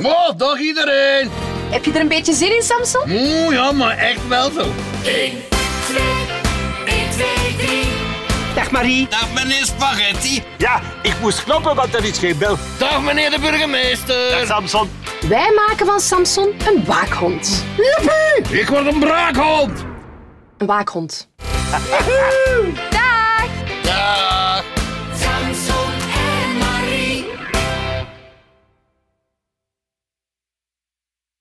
Oh, dag iedereen. Heb je er een beetje zin in, Samson? Oeh, ja, maar echt wel zo. 1, 2, 1, 2, 3. Dag Marie. Dag meneer Spaghetti. Ja, ik moest kloppen, want er is geen bel. Dag meneer de burgemeester. Dag Samson. Wij maken van Samson een waakhond. Joepie, ik word een braakhond. Een waakhond.